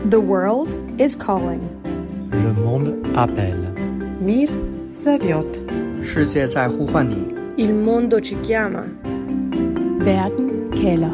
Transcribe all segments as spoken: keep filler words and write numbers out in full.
The world is calling. Le monde appelle. Mir zовет. 世界在呼唤你。 Il mondo ci chiama. Verden kalder.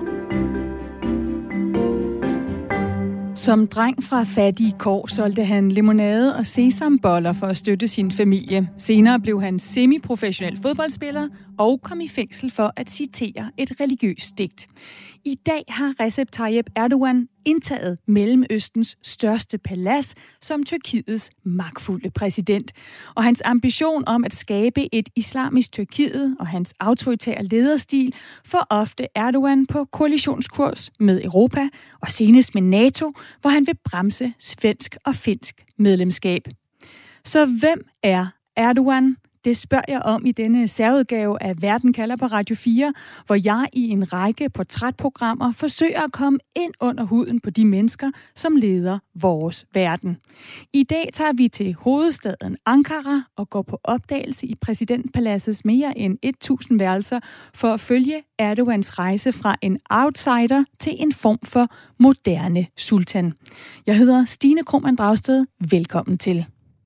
Som dreng fra fattige kår solgte han limonade og sesamboller for at støtte sin familie. Senere blev han semiprofessionel fodboldspiller og kom i fængsel for at citere et religiøst digt. I dag har Recep Tayyip Erdogan indtaget Mellemøstens største palads som Tyrkiets magtfulde præsident. Og hans ambition om at skabe et islamisk Tyrkiet og hans autoritære lederstil får ofte Erdogan på koalitionskurs med Europa og senest med NATO, hvor han vil bremse svensk og finsk medlemskab. Så hvem er Erdogan? Det spørger jeg om i denne særudgave af Verden kalder på Radio fire, hvor jeg i en række portrætprogrammer forsøger at komme ind under huden på de mennesker, som leder vores verden. I dag tager vi til hovedstaden Ankara og går på opdagelse i præsidentpaladsets mere end tusind værelser for at følge Erdogans rejse fra en outsider til en form for moderne sultan. Jeg hedder Stine Krohmann Dragsted. Velkommen til.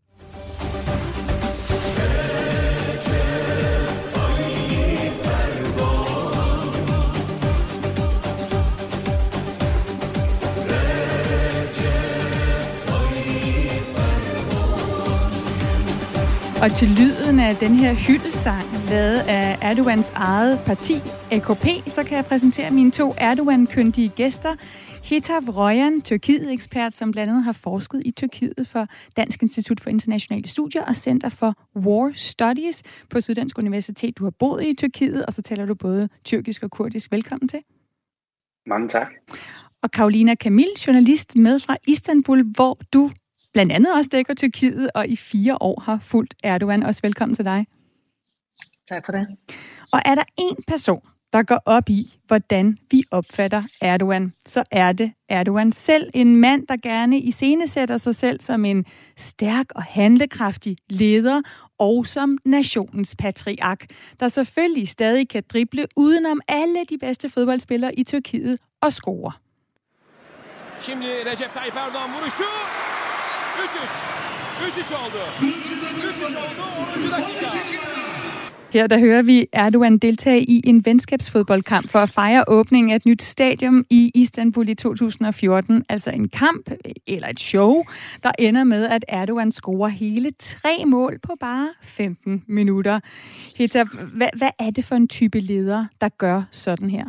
Og til lyden af den her hyldesang, lavet af Erdogans eget parti, A K P, så kan jeg præsentere mine to Erdogan-kyndige gæster. Hitap Royan, Tyrkiet-ekspert, som blandt andet har forsket i Tyrkiet for Dansk Institut for Internationale Studier og Center for War Studies på Syddansk Universitet. Du har boet i Tyrkiet, og så taler du både tyrkisk og kurdisk. Velkommen til. Mange tak. Og Karolina Kamil, journalist med fra Istanbul, hvor du blandt andet også dækker Tyrkiet, og i fire år har fulgt Erdogan. Også velkommen til dig. Tak for det. Og er der en person, der går op i, hvordan vi opfatter Erdogan, så er det Erdogan selv. En mand, der gerne iscenesætter sig selv som en stærk og handlekraftig leder, og som nationens patriark, der selvfølgelig stadig kan drible udenom alle de bedste fodboldspillere i Tyrkiet og score. Şimdi Recep Tayyip Erdoğan vuruşu. üç üç. üç üç oldu. üç üç oldu. onuncu dakika. Her der hører vi Erdogan deltage i en venskabsfodboldkamp for at fejre åbningen af et nyt stadion i Istanbul i to tusind og fjorten. Altså en kamp, eller et show, der ender med, at Erdogan scorer hele tre mål på bare femten minutter. Hitap, hvad, hvad er det for en type leder, der gør sådan her?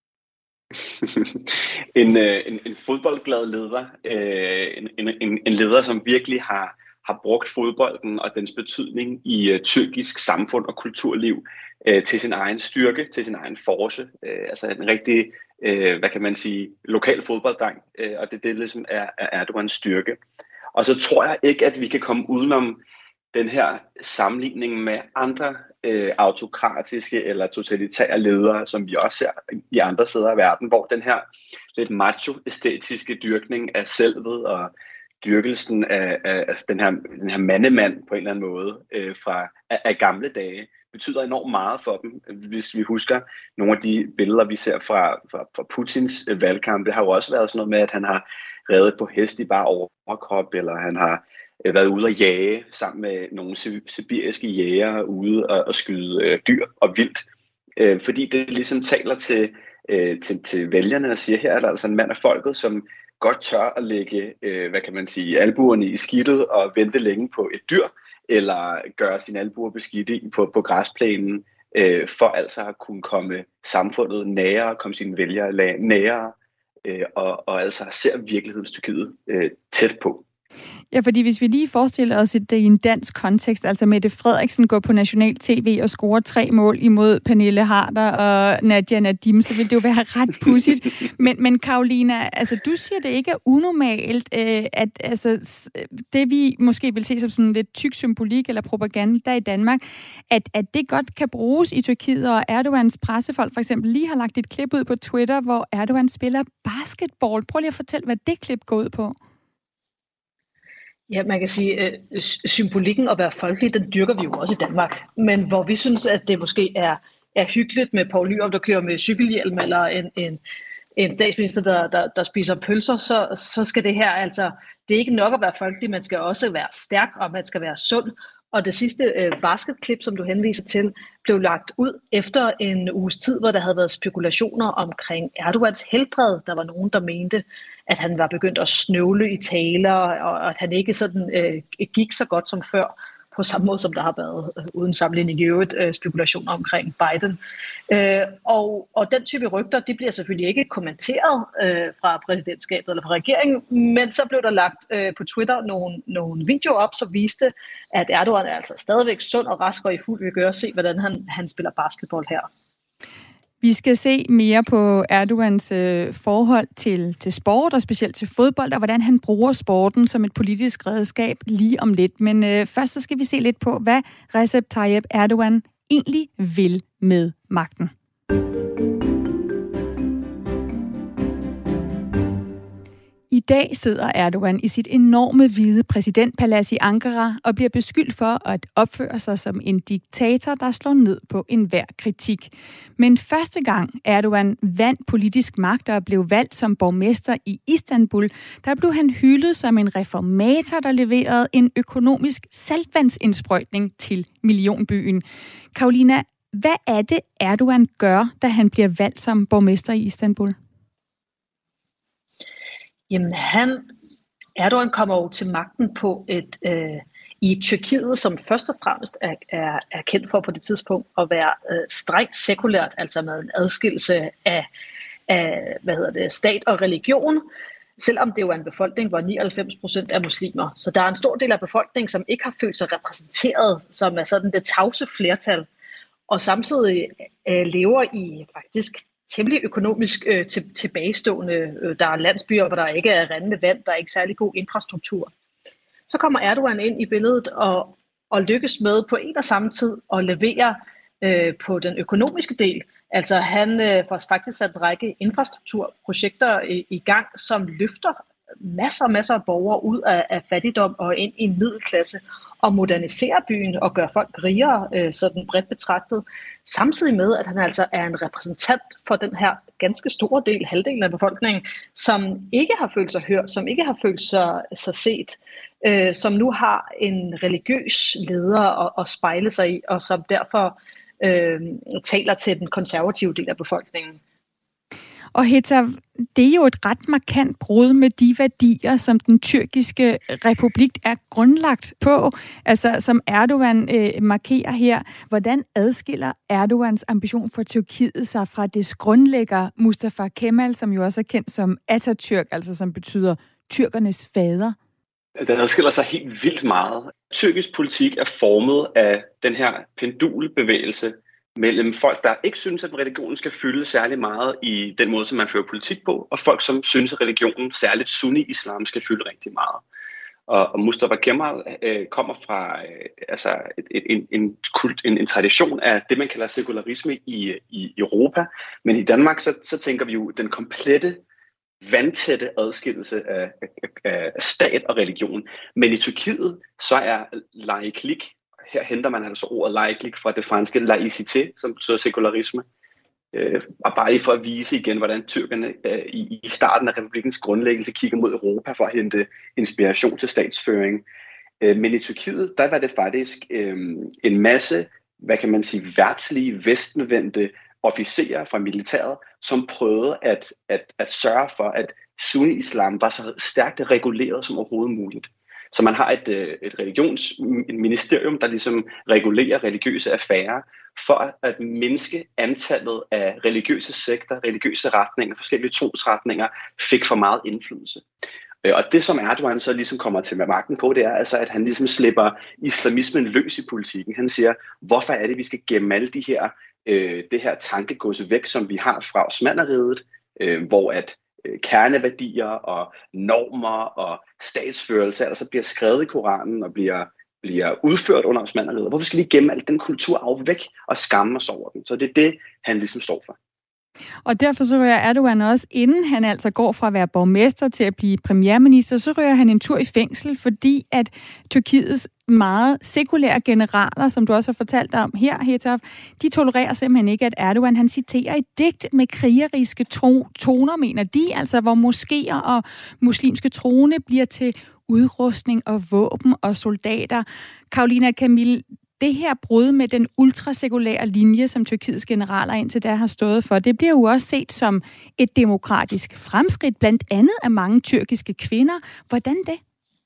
en, en, en fodboldglad leder, en, en, en leder, som virkelig har, har brugt fodbolden og dens betydning i uh, tyrkisk samfund og kulturliv uh, til sin egen styrke, til sin egen force. Uh, altså en rigtig, uh, hvad kan man sige, lokal fodbolddreng, uh, og det, det ligesom er, er Erdogans styrke. Og så tror jeg ikke, at vi kan komme udenom den her sammenligning med andre øh, autokratiske eller totalitære ledere, som vi også ser i andre steder af verden, hvor den her lidt macho-æstetiske dyrkning af selvet og dyrkelsen af, af altså den, her, den her mandemand på en eller anden måde øh, fra af, af gamle dage betyder enormt meget for dem. Hvis vi husker nogle af de billeder, vi ser fra, fra, fra Putins øh, valgkamp, det har jo også været sådan noget med, at han har reddet på hest i bare overkrop, eller han har været ude at jage sammen med nogle sibiriske jægere ude og, og skyde øh, dyr og vildt. Øh, fordi det ligesom taler til, øh, til, til vælgerne og siger, her er der altså en mand af folket, som godt tør at lægge, øh, hvad kan man sige, albuerne i skidtet og vente længe på et dyr, eller gøre sine albuer beskidte på, på græsplænen, øh, for altså at kunne komme samfundet nære, komme sine vælgere nære, øh, og, og altså ser virkelighedens Tyrkiet øh, tæt på. Ja, fordi hvis vi lige forestiller os det i en dansk kontekst, altså Mette Frederiksen går på national tv og scorer tre mål imod Pernille Harder og Nadia Nadim, så vil det jo være ret pudsigt. Men, men Karolina, altså du siger, det ikke er unormalt, øh, at altså, det vi måske vil se som sådan lidt tyk symbolik eller propaganda i Danmark, at, at det godt kan bruges i Tyrkiet, og Erdogans pressefolk for eksempel lige har lagt et klip ud på Twitter, hvor Erdogan spiller basketball. Prøv lige at fortælle, hvad det klip går ud på. Ja, man kan sige, at symbolikken at være folkelig, den dyrker vi jo også i Danmark. Men hvor vi synes, at det måske er, er hyggeligt med Poul Nyrup, der kører med cykelhjelm, eller en, en, en statsminister, der, der, der spiser pølser, så, så skal det her altså, det er ikke nok at være folkelig, man skal også være stærk, og man skal være sund. Og det sidste øh, basketklip, som du henviser til, blev lagt ud efter en uges tid, hvor der havde været spekulationer omkring Erdogans helbred. Der var nogen, der mente, at han var begyndt at snøvle i taler, og at han ikke sådan øh, gik så godt som før, på samme måde som der har været øh, uden sammenligning i øvrigt øh, spekulationer omkring Biden. Øh, og, og den type rygter, de bliver selvfølgelig ikke kommenteret øh, fra præsidentskabet eller fra regeringen, men så blev der lagt øh, på Twitter nogle, nogle videoer op, som viste, at Erdogan er altså stadigvæk sund og rask og i fuld vigør. Se, hvordan han, han spiller basketball her. Vi skal se mere på Erdogans øh, forhold til, til sport, og specielt til fodbold, og hvordan han bruger sporten som et politisk redskab lige om lidt. Men øh, først så skal vi se lidt på, hvad Recep Tayyip Erdogan egentlig vil med magten. I dag sidder Erdogan i sit enorme hvide præsidentpalads i Ankara og bliver beskyldt for at opføre sig som en diktator, der slår ned på enhver kritik. Men første gang Erdogan vandt politisk magt og blev valgt som borgmester i Istanbul, der blev han hyldet som en reformator, der leverede en økonomisk saltvandsindsprøjtning til millionbyen. Karolina, hvad er det Erdogan gør, da han bliver valgt som borgmester i Istanbul? Jamen, han, Erdogan kommer jo til magten på et, øh, i Tyrkiet, som først og fremmest er, er, er kendt for på det tidspunkt at være øh, strengt sekulært, altså med en adskillelse af, af hvad hedder det, stat og religion, selvom det jo er en befolkning, hvor nioghalvfems procent er muslimer. Så der er en stor del af befolkningen, som ikke har følt sig repræsenteret, som er sådan det tavse flertal, og samtidig øh, lever i faktisk temmelig økonomisk øh, til, tilbagestående. Øh, der er landsbyer, hvor der ikke er rindende vand, der er ikke særlig god infrastruktur. Så kommer Erdogan ind i billedet og, og lykkes med på en og samme tid at levere øh, på den økonomiske del. Altså han øh, får faktisk sat en række infrastrukturprojekter i, i gang, som løfter masser og masser af borgere ud af, af fattigdom og ind i en middelklasse, og modernisere byen og gøre folk rigere, øh, sådan bredt betragtet, samtidig med, at han altså er en repræsentant for den her ganske store del, halvdelen af befolkningen, som ikke har følt sig hørt, som ikke har følt sig, sig set, øh, som nu har en religiøs leder at, at spejle sig i, og som derfor øh, taler til den konservative del af befolkningen. Og Heta, det er jo et ret markant brud med de værdier, som den tyrkiske republik er grundlagt på, altså som Erdogan øh, markerer her. Hvordan adskiller Erdogans ambition for Tyrkiet sig fra dets grundlægger Mustafa Kemal, som jo også er kendt som Atatürk, altså som betyder tyrkernes fader? Den adskiller sig helt vildt meget. Tyrkisk politik er formet af den her pendulbevægelse mellem folk, der ikke synes, at religionen skal fylde særlig meget i den måde, som man fører politik på, og folk, som synes, at religionen, særligt sunni-islam, skal fylde rigtig meget. Og, og Mustafa Kemal øh, kommer fra øh, altså et, en, en, kult, en, en tradition af det, man kalder sekularisme i, i Europa. Men i Danmark, så, så tænker vi jo den komplette, vandtætte adskillelse af, af, af stat og religion. Men i Tyrkiet, så er laiklik. Her henter man altså ordet laiklik fra det franske laïcité, som betyder sekularisme. Øh, og bare lige for at vise igen, hvordan tyrkerne øh, i, i starten af republikkens grundlæggelse kigger mod Europa for at hente inspiration til statsføring. Øh, men i Tyrkiet, der var det faktisk øh, en masse, hvad kan man sige, værtslige, vestendvendte officerer fra militæret, som prøvede at, at, at sørge for, at sunni-islam var så stærkt reguleret som overhovedet muligt. Så man har et, et religionsministerium, der ligesom regulerer religiøse affærer, for at mindske antallet af religiøse sekter, religiøse retninger, forskellige trosretninger, fik for meget indflydelse. Og det, som Erdogan så ligesom kommer til med magten på, det er altså, at han ligesom slipper islamismen løs i politikken. Han siger, hvorfor er det, vi skal gemme alle de her, øh, det her tankegods væk, som vi har fra Osmannerriget, øh, hvor at kerneværdier og normer og statsførelse, altså bliver skrevet i Koranen og bliver, bliver udført under Osmannerriget. Hvorfor skal vi gemme al den kultur af væk og skamme os over den? Så det er det, han ligesom står for. Og derfor så rører Erdogan også, inden han altså går fra at være borgmester til at blive premierminister, så rører han en tur i fængsel, fordi at Tyrkiets meget sekulære generaler, som du også har fortalt om her, Hetaf, de tolererer simpelthen ikke, at Erdogan han citerer et digt med krigeriske to- toner, mener de, altså hvor moskéer og muslimske troende bliver til udrustning og våben og soldater. Carolina Camille, det her brud med den ultrasekulære linje, som Tyrkiets generaler indtil da har stået for, det bliver jo også set som et demokratisk fremskridt, blandt andet af mange tyrkiske kvinder. Hvordan det?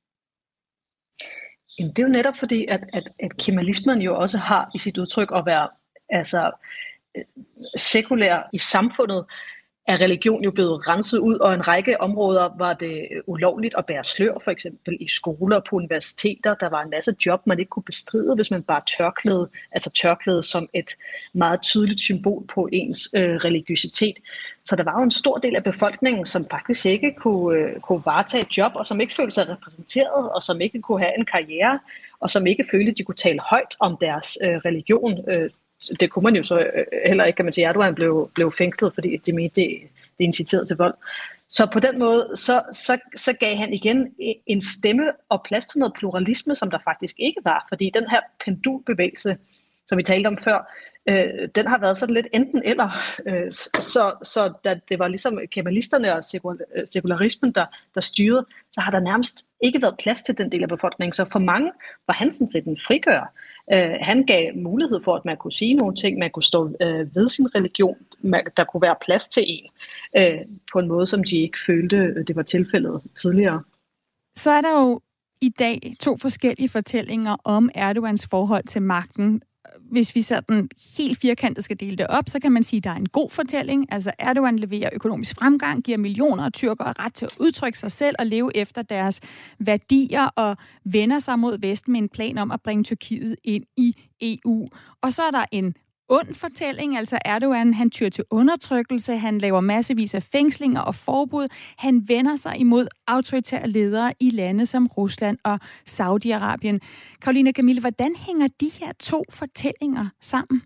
Jamen, det er jo netop fordi, at, at, at kemalismen jo også har i sit udtryk at være altså, sekulær i samfundet, er religion jo blevet renset ud, og en række områder var det ulovligt at bære slør, for eksempel i skoler og på universiteter. Der var en masse job, man ikke kunne bestride, hvis man bare tørklæde, altså tørklæde som et meget tydeligt symbol på ens øh, religiøsitet. Så der var jo en stor del af befolkningen, som faktisk ikke kunne, øh, kunne varetage et job, og som ikke følte sig repræsenteret, og som ikke kunne have en karriere, og som ikke følte, at de kunne tale højt om deres øh, religion. Øh, Det kunne man jo så heller ikke, kan man sige. Erdogan blev, blev fængslet, fordi de mente, det, det inciterede til vold. Så på den måde, så, så, så gav han igen en stemme og plads til noget pluralisme, som der faktisk ikke var. Fordi den her pendulbevægelse, som vi talte om før, øh, den har været sådan lidt enten eller. Øh, så så da det var ligesom kemalisterne og sekularismen, der, der styrede, så har der nærmest ikke været plads til den del af befolkningen. Så for mange var han sådan set en frigør. Uh, han gav mulighed for, at man kunne sige nogle ting, man kunne stå uh, ved sin religion, man, der kunne være plads til en, uh, på en måde, som de ikke følte, det var tilfældet tidligere. Så er der jo i dag to forskellige fortællinger om Erdogans forhold til magten. Hvis vi sådan helt firkantet skal dele det op, så kan man sige, at der er en god fortælling. Altså Erdogan leverer økonomisk fremgang, giver millioner af tyrkere ret til at udtrykke sig selv og leve efter deres værdier og vender sig mod Vesten med en plan om at bringe Tyrkiet ind i E U. Og så er der en ond fortælling, altså Erdogan, han tyr til undertrykkelse, han laver massevis af fængslinger og forbud, han vender sig imod autoritære ledere i lande som Rusland og Saudi-Arabien. Carolina Camille, hvordan hænger de her to fortællinger sammen?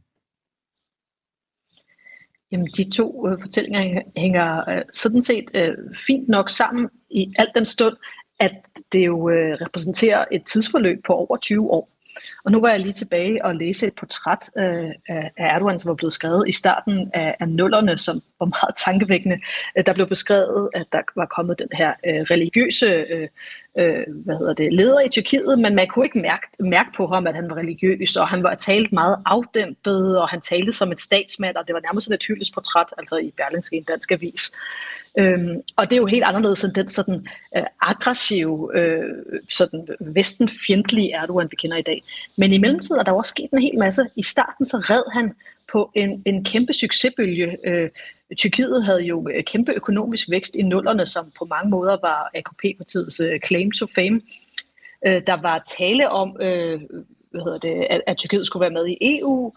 Jamen, de to øh, fortællinger hænger øh, sådan set øh, fint nok sammen i al den stund, at det jo øh, repræsenterer et tidsforløb på over tyve år. Og nu var jeg lige tilbage og læse et portræt øh, af Erdogan, som var blevet skrevet i starten af, af nullerne, som var meget tankevækkende. Der blev beskrevet, at der var kommet den her øh, religiøse øh, øh, hvad hedder det, leder i Tyrkiet, men man kunne ikke mærke, mærke på ham, at han var religiøs, og han var talt meget afdæmpet, og han talte som et statsmand, og det var nærmest sådan et hyldestportræt, altså i Berlingske, en dansk avis. Øhm, og det er jo helt anderledes end den sådan øh, aggressive, øh, sådan vestenfjendtlige Erdogan, vi kender i dag. Men i mellemtiden er der også sket en hel masse. I starten så red han på en, en kæmpe succesbølge. Øh, Tyrkiet havde jo kæmpe økonomisk vækst i nullerne, som på mange måder var A K P-partiets øh, claim to fame. Øh, der var tale om, øh, hvad hedder det, at, at Tyrkiet skulle være med i E U.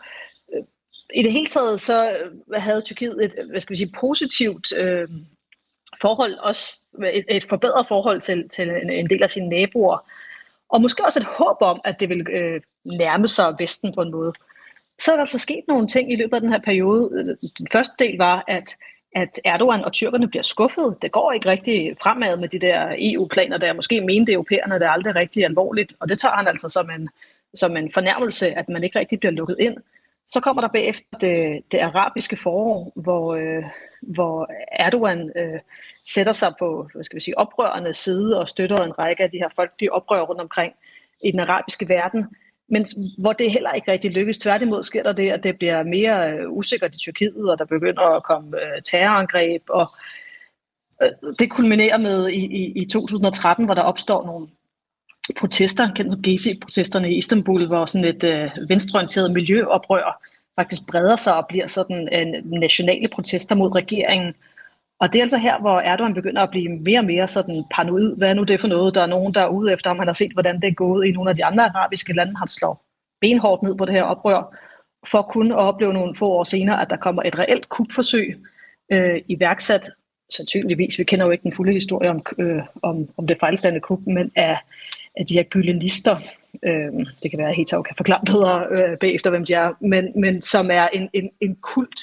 I det hele taget så havde Tyrkiet et, hvad skal vi sige, positivt øh, forhold, også et, et forbedret forhold til, til en, en del af sine naboer, og måske også et håb om, at det ville øh, nærme sig Vesten på en måde. Så er der altså sket nogle ting i løbet af den her periode. Den første del var, at, at Erdogan og tyrkerne bliver skuffet. Det går ikke rigtig fremad med de der E U-planer, der måske mente europæerne, det er aldrig rigtig alvorligt, og det tager han altså som en, som en fornærmelse, at man ikke rigtig bliver lukket ind. Så kommer der bagefter det, det arabiske forår, hvor, øh, hvor Erdogan øh, sætter sig på, hvad skal vi sige, oprørernes side og støtter en række af de her folkelige oprør rundt omkring i den arabiske verden. Men hvor det heller ikke rigtig lykkes. Tværtimod sker der det, at det bliver mere øh, usikkert i Tyrkiet, og der begynder at komme øh, terrorangreb. Og øh, det kulminerer med i, i, i to tusind og tretten, hvor der opstår nogle protester, kendt Gezi-protesterne i Istanbul, hvor sådan et øh, venstreorienteret miljøoprør faktisk breder sig og bliver sådan en nationale protester mod regeringen. Og det er altså her, hvor Erdogan begynder at blive mere og mere sådan paranoid. Hvad er nu det for noget? Der er nogen, der er ude efter ham. Han har set, hvordan det er gået i nogle af de andre arabiske lande. Han slår benhårdt ned på det her oprør, for at kunne opleve nogle få år senere, at der kommer et reelt kupforsøg øh, iværksat. Sandsynligvis, vi kender jo ikke den fulde historie om, øh, om, om det fejlslagne kup, men af, af de her gylenister. Øh, det kan være, at Hetau kan forklare bedre øh, bagefter, hvem de er, men, men som er en, en, en kult,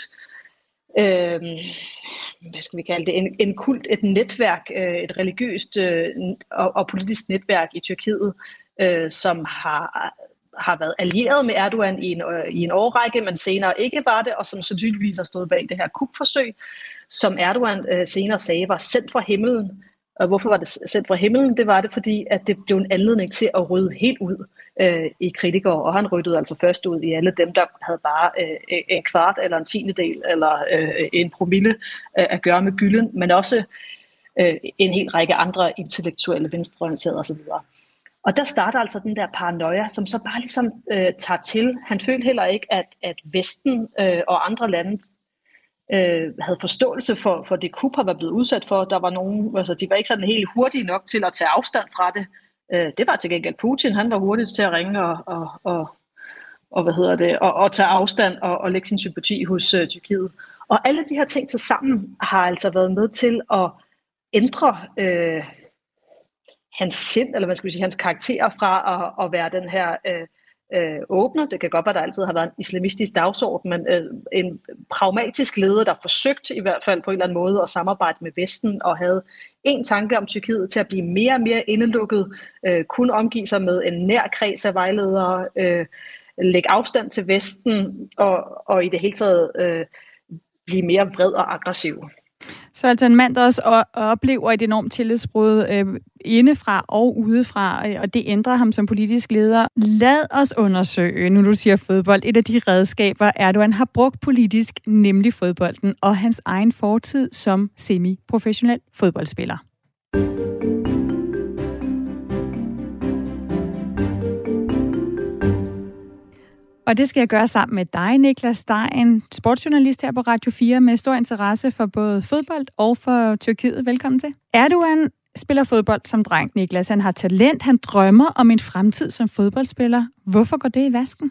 øh, hvad skal vi kalde det, en, en kult, et netværk, øh, et religiøst øh, og, og politisk netværk i Tyrkiet, øh, som har, har været allieret med Erdogan i en, øh, i en årrække, men senere ikke var det, og som sandsynligvis har stået bag det her kupforsøg, som Erdogan øh, senere sagde var sendt fra himlen. Og hvorfor var det sendt fra himlen? Det var det, fordi at det blev en anledning til at rydde helt ud øh, i kritikere, og han ryddede altså først ud i alle dem, der havde bare øh, en kvart eller en tiende del eller øh, en promille øh, at gøre med gylden, men også øh, en hel række andre intellektuelle, venstreorienterede osv. Og der starter altså den der paranoia, som så bare ligesom øh, tager til. Han følte heller ikke, at, at Vesten øh, og andre lande øh, havde forståelse for, for det kup, han var blevet udsat for. Der var nogen, altså de var ikke sådan helt hurtige nok til at tage afstand fra det. Øh, det var til gengæld Putin. Han var hurtig til at ringe og, og, og, og hvad hedder det, og, og tage afstand og, og lægge sin sympati hos øh, Tyrkiet. Og alle de her ting til sammen har altså været med til at ændre øh, hans sind, eller hvad skal vi sige, hans karakter fra at, at være den her øh, øh, åbner. Det kan godt være, der altid har været en islamistisk dagsorden, men øh, en pragmatisk leder, der forsøgte i hvert fald på en eller anden måde at samarbejde med Vesten, og havde en tanke om Tyrkiet til at blive mere og mere indelukket, øh, kun omgive sig med en nær kreds af vejledere, øh, lægge afstand til Vesten, og, og i det hele taget øh, blive mere vred og aggressiv. Så altså en mand, der også oplever et enormt tillidsbrud øh, indefra og udefra, øh, og det ændrer ham som politisk leder. Lad os undersøge, nu du siger fodbold, et af de redskaber, Erdogan har brugt politisk, nemlig fodbolden og hans egen fortid som semi-professionel fodboldspiller. Og det skal jeg gøre sammen med dig, Niklas. Der er en sportsjournalist her på Radio fire med stor interesse for både fodbold og for Tyrkiet. Velkommen til. Erdogan spiller fodbold som dreng, Niklas. Han har talent, han drømmer om en fremtid som fodboldspiller. Hvorfor går det i vasken?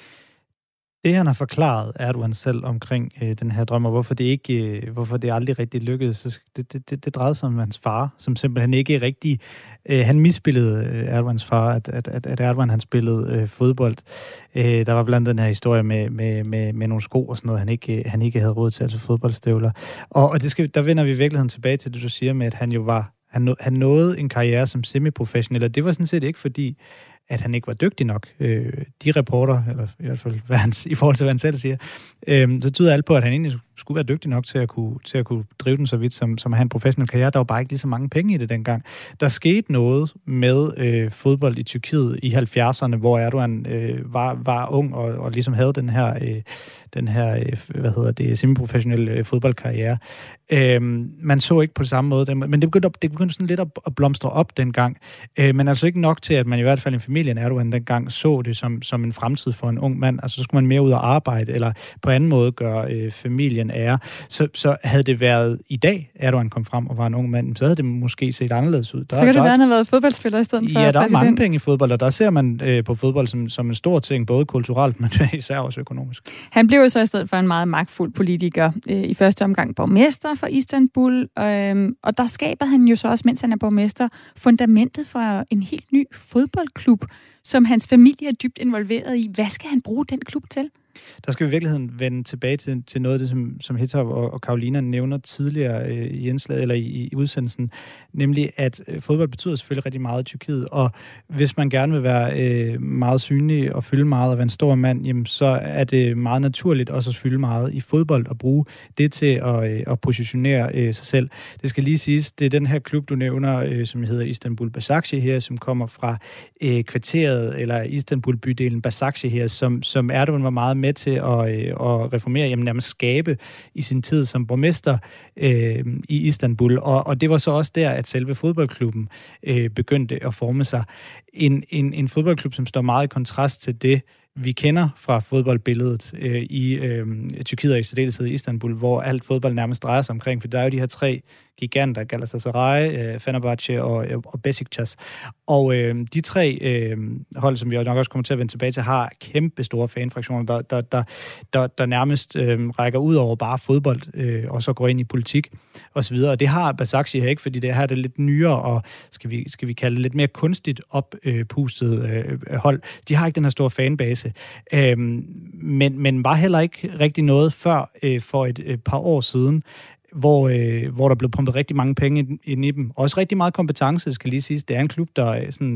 Det, han har forklaret Erdogan selv omkring øh, den her drøm, og hvorfor det ikke, øh, hvorfor det aldrig rigtig lykkedes, så det, det, det, det drejede sig om hans far, som simpelthen ikke rigtig... Øh, han misspillede øh, Erdogans far, at, at, at Erdogan han spillede øh, fodbold. Øh, der var blandt den her historie med, med, med, med nogle sko og sådan noget, han ikke, han ikke havde råd til, altså fodboldstøvler. Og, og det skal, der vender vi i virkeligheden tilbage til det, du siger med, at han jo var... Han, nå, han nåede en karriere som semi-professionel, og det var sådan set ikke fordi, at han ikke var dygtig nok. Øh, de reporter, eller i hvert fald hvad han, i forhold til, hvad han selv siger, øh, så tyder alt på, at han egentlig skulle være dygtig nok til at kunne, til at kunne drive den så vidt, som, som at have en professionel karriere. Der var bare ikke lige så mange penge i det dengang. Der skete noget med øh, fodbold i Tyrkiet i halvfjerdserne, hvor Erdogan øh, var, var ung og, og ligesom havde den her, øh, den her øh, hvad hedder det, semi-professionelle øh, fodboldkarriere. Øh, man så ikke på det samme måde, men det begyndte, det begyndte sådan lidt at, at blomstre op dengang. Øh, men altså ikke nok til, at man i hvert fald i familien Erdogan dengang så det som, som en fremtid for en ung mand. Altså så skulle man mere ud og arbejde, eller på anden måde gøre øh, familien ære. Så, så havde det været i dag, Erdogan kom frem og var en ung mand, så havde det måske set anderledes ud. Der, så kan det der, være, han har været fodboldspiller i stedet for ja, der præsident. er mange penge i fodbold, og der ser man øh, på fodbold som, som en stor ting, både kulturelt, men især også økonomisk. Han blev jo så i stedet for en meget magtfuld politiker. Øh, I første omgang borgmester for Istanbul, øh, og der skaber han jo så også, mens han er borgmester, fundamentet for en helt ny fodboldklub, som hans familie er dybt involveret i. Hvad skal han bruge den klub til? Der skal vi i virkeligheden vende tilbage til, til noget af det, som, som Hittop og, og Karolina nævner tidligere øh, i indslaget, eller i, i udsendelsen, nemlig at øh, fodbold betyder selvfølgelig rigtig meget i Tyrkiet, og hvis man gerne vil være øh, meget synlig og fylde meget og være en stor mand, jamen, så er det meget naturligt også at fylde meget i fodbold og bruge det til at, øh, at positionere øh, sig selv. Det skal lige siges, det er den her klub, du nævner, øh, som hedder Istanbul Başakşehir, som kommer fra øh, kvarteret, eller Istanbul-bydelen Başakşehir, som, som Erdogan var meget med til at, øh, at reformere, jamen nærmest skabe i sin tid som borgmester øh, i Istanbul. Og, og det var så også der, at selve fodboldklubben øh, begyndte at forme sig. En, en, en fodboldklub, som står meget i kontrast til det, vi kender fra fodboldbilledet øh, i øh, Tyrkiet og i særdeleshed i Istanbul, hvor alt fodbold nærmest drejer sig omkring, for der er jo de her tre giganter, Galatasaray, øh, Fenerbahce og, og Besiktas. Og øh, de tre øh, hold, som vi nok også kommer til at vende tilbage til, har kæmpe store fanfraktioner, der, der, der, der, der nærmest øh, rækker ud over bare fodbold, øh, og så går ind i politik osv. Og det har Başakşehir ikke, fordi det her er det lidt nyere, og skal vi, skal vi kalde det lidt mere kunstigt oppustet øh, hold. De har ikke den her store fanbase, øh, men, men var heller ikke rigtig noget før øh, for et, et par år siden, hvor, øh, hvor der blev pumpet rigtig mange penge ind i dem. Også rigtig meget kompetence, skal lige siges. Det er en klub, der sådan,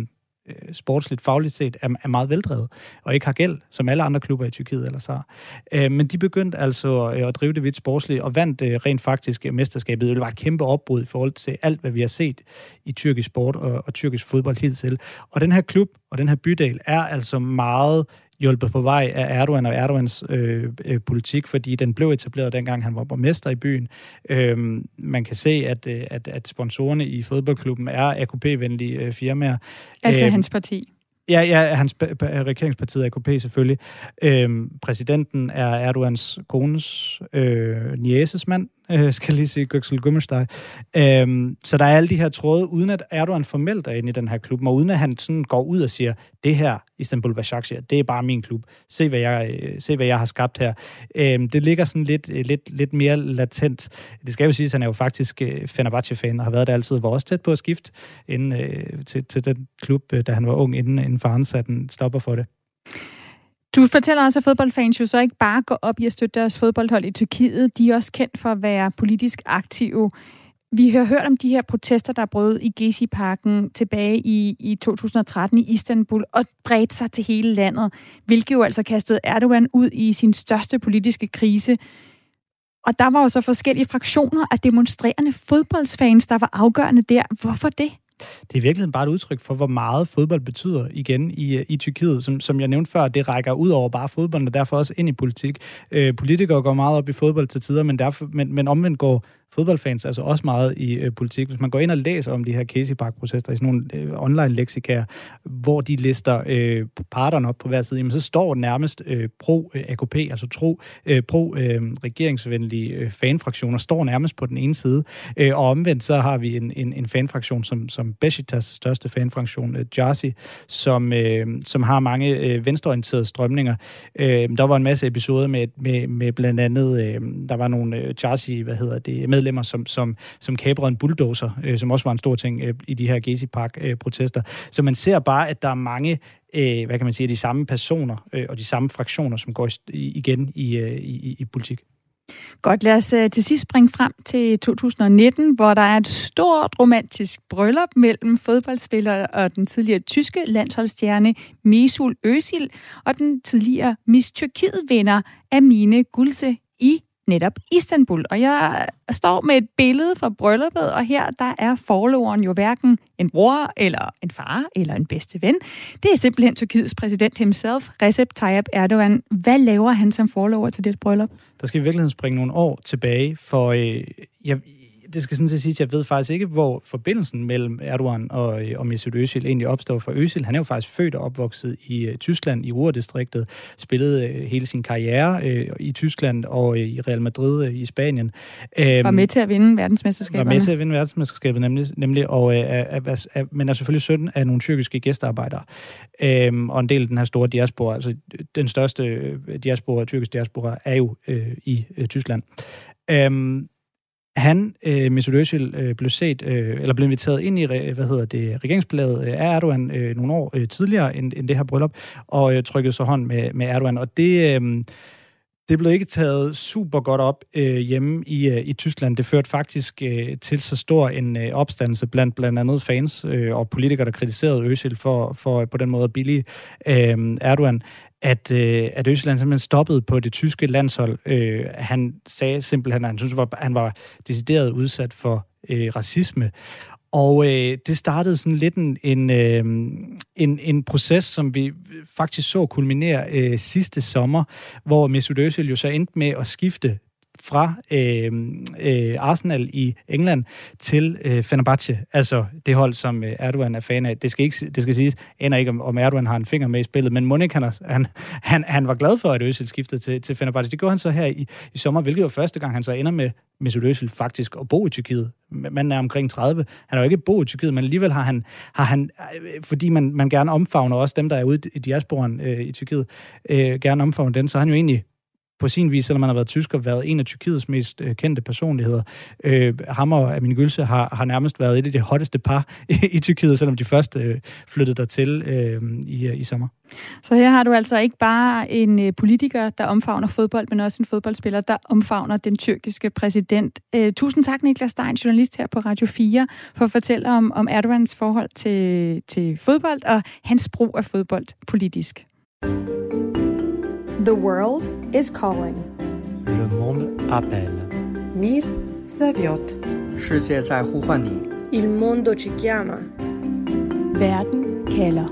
øh, sportsligt, fagligt set, er, er meget veldrevet, og ikke har gæld, som alle andre klubber i Tyrkiet ellers har. Øh, men de begyndte altså øh, at drive det vidt sportsligt, og vandt øh, rent faktisk mesterskabet. Det var et kæmpe opbrud i forhold til alt, hvad vi har set i tyrkisk sport og, og tyrkisk fodbold hidtil. Og den her klub og den her bydel er altså meget hjulpet på vej af Erdogan og Erdogans øh, øh, politik, fordi den blev etableret dengang han var borgmester i byen. Øh, man kan se, at, at, at sponsorerne i fodboldklubben er A K P-venlige øh, firmaer. Altså øh, hans parti. Ja, ja, hans regeringspartiet A K P selvfølgelig. Øhm, præsidenten er Erdogans kones øh, nieces mand, øh, skal lige sige, Göksel Gümüştay. Øhm, så der er alle de her tråde, uden at Erdogan formelt er inde i den her klub, og uden at han sådan går ud og siger, det her, Istanbul Başakşehir, det er bare min klub. Se, hvad jeg, se, hvad jeg har skabt her. Øhm, det ligger sådan lidt, lidt, lidt mere latent. Det skal jo siges, at han er jo faktisk Fenerbahce-fan, og har været der altid, var også tæt på at skifte inden, øh, til, til den klub, da han var ung, inden, inden faren satte en stopper for det. Du fortæller også, at fodboldfans jo så ikke bare går op i at støtte deres fodboldhold i Tyrkiet. De er også kendt for at være politisk aktive. Vi har hørt om de her protester, der brød i Gezi-parken tilbage i, i to tusind og tretten i Istanbul og bredte sig til hele landet, hvilket jo altså kastede Erdogan ud i sin største politiske krise. Og der var jo så forskellige fraktioner af demonstrerende fodboldsfans, der var afgørende der. Hvorfor det? Det er i virkeligheden bare et udtryk for, hvor meget fodbold betyder igen i, i Tyrkiet. Som, som jeg nævnte før, det rækker ud over bare fodbold, og derfor også ind i politik. Øh, politikere går meget op i fodbold til tider, men, derfor, men, men omvendt går fodboldfans altså også meget i øh, politik. Hvis man går ind og læser om de her Gezi-park-protester i sådan nogle øh, online-leksikaer, hvor de lister øh, parterne op på hver side, jamen, så står nærmest øh, pro-A K P, altså tro, øh, pro-regeringsvenlige øh, fanfraktioner, står nærmest på den ene side. Øh, og omvendt så har vi en, en, en fanfraktion, som, som Beşiktaş's største fanfraktion, øh, Jazi, som, øh, som har mange øh, venstreorienterede strømninger. Øh, der var en masse episoder med, med, med blandt andet, øh, der var nogle øh, Jazi, hvad hedder det, medlemmer, som, som, som kabrede en bulldozer, øh, som også var en stor ting øh, i de her Gezi-park-protester. Øh, så man ser bare, at der er mange, øh, hvad kan man sige, de samme personer øh, og de samme fraktioner, som går i, igen i, øh, i, i politik. Godt, lad os uh, til sidst springe frem til to tusind og nitten, hvor der er et stort romantisk bryllup mellem fodboldspiller og den tidligere tyske landsholdsstjerne Mesut Özil og den tidligere Miss Tyrkiet-vinder Amine Gülse i netop Istanbul. Og jeg står med et billede fra brylluppet, og her der er forloveren jo hverken en bror, eller en far, eller en bedste ven. Det er simpelthen Tyrkiets præsident himself, Recep Tayyip Erdogan. Hvad laver han som forlover til det bryllup? Der skal i virkeligheden springe nogle år tilbage, for øh, jeg... Det skal sådan set sige, at jeg ved faktisk ikke, hvor forbindelsen mellem Erdogan og, og Mesut Özil egentlig opstår. For Özil, han er jo faktisk født og opvokset i uh, Tyskland, i Ruhrdistriktet, spillede uh, hele sin karriere uh, i Tyskland og uh, i Real Madrid uh, i Spanien. Um, var med til at vinde verdensmesterskaberne. Var med til at vinde verdensmesterskabet, nemlig, nemlig og, uh, uh, uh, uh, men er selvfølgelig søn af nogle tyrkiske gæstearbejdere. Um, og en del af den her store diaspora, altså den største diaspora, tyrkisk diaspora, er jo uh, i uh, Tyskland. Um, Han, øh, Mesut Özil, øh, blev set, øh, eller blev inviteret ind i, hvad hedder det, regeringsbladet af Erdogan øh, nogle år øh, tidligere end, end det her bryllup, og øh, trykkede så hånd med, med Erdogan. Og det, øh, det blev ikke taget super godt op øh, hjemme i, øh, i Tyskland. Det førte faktisk øh, til så stor en øh, opstandelse blandt blandt andet fans øh, og politikere, der kritiserede Özil for, for på den måde at billige øh, Erdogan, at, øh, at Özil simpelthen stoppede på det tyske landshold. Øh, han sagde simpelthen, at han synes, at han var decideret udsat for øh, racisme. Og øh, det startede sådan lidt en, en, øh, en, en proces, som vi faktisk så kulminere øh, sidste sommer, hvor Mesut Özil jo så endte med at skifte fra øh, øh, Arsenal i England til øh, Fenerbahce, altså det hold, som øh, Erdogan er fan af. Det skal, ikke, det skal siges, ender ikke, om, om Erdogan har en finger med i spillet, men Monik, han, han, han, han var glad for, at Özil skiftede til, til Fenerbahce. Det gjorde han så her i, i sommer, hvilket var første gang, han så ender med Mesut Özil faktisk at bo i Tyrkiet. Man er omkring tredive. Han har jo ikke boet i Tyrkiet, men alligevel har han, har han fordi man, man gerne omfavner også dem, der er ude i diasporen øh, i Tyrkiet, øh, gerne omfavner den, så har han jo egentlig på sin vis, selvom man har været tysker, været en af Tyrkiets mest øh, kendte personligheder. Øh, ham og Amin Gülse har, har nærmest været et af de hotteste par i, i Tyrkiet, selvom de først øh, flyttede dertil øh, i, i sommer. Så her har du altså ikke bare en øh, politiker, der omfavner fodbold, men også en fodboldspiller, der omfavner den tyrkiske præsident. Øh, tusind tak, Niklas Stein, journalist her på Radio fire, for at fortælle om, om Erdogans forhold til, til fodbold og hans brug af fodbold politisk. The world is calling. Le monde appelle. Mir zovет. 世界在呼唤你。 Il mondo ci chiama. Verden kalder.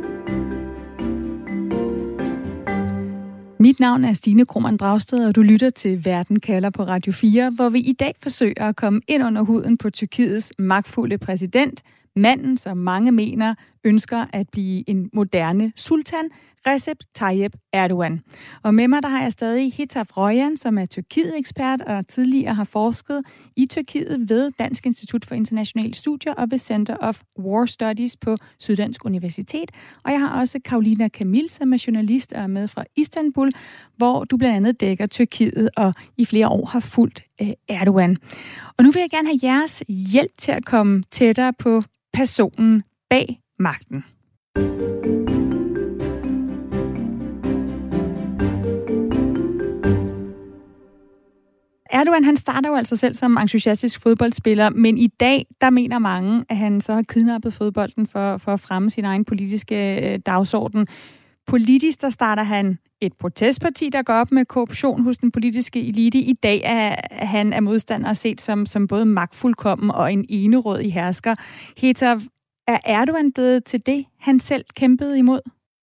Mit navn er Stine Krohmann Dragsted, og du lytter til Verden kalder på Radio fire, hvor vi i dag forsøger at komme ind under huden på Tyrkiets magtfulde præsident, manden, som mange mener ønsker at blive en moderne sultan, Recep Tayyip Erdogan. Og med mig der har jeg stadig Hitaf Royan, som er Tyrkiet-ekspert og tidligere har forsket i Tyrkiet ved Dansk Institut for Internationale Studier og ved Center of War Studies på Syddansk Universitet. Og jeg har også Karolina Kamil, som er journalist og er med fra Istanbul, hvor du blandt andet dækker Tyrkiet og i flere år har fulgt eh, Erdogan. Og nu vil jeg gerne have jeres hjælp til at komme tættere på personen bag magten. Erdogan, han starter jo altså selv som entusiastisk fodboldspiller, men i dag, der mener mange, at han så har kidnappet fodbolden for, for at fremme sin egen politiske øh, dagsorden. Politisk, der starter han et protestparti, der går op med korruption hos den politiske elite. I dag er han af modstandere set som, som både magtfuldkommen og en enerådig hersker. Hitaf, er Erdogan blevet til det, han selv kæmpede imod?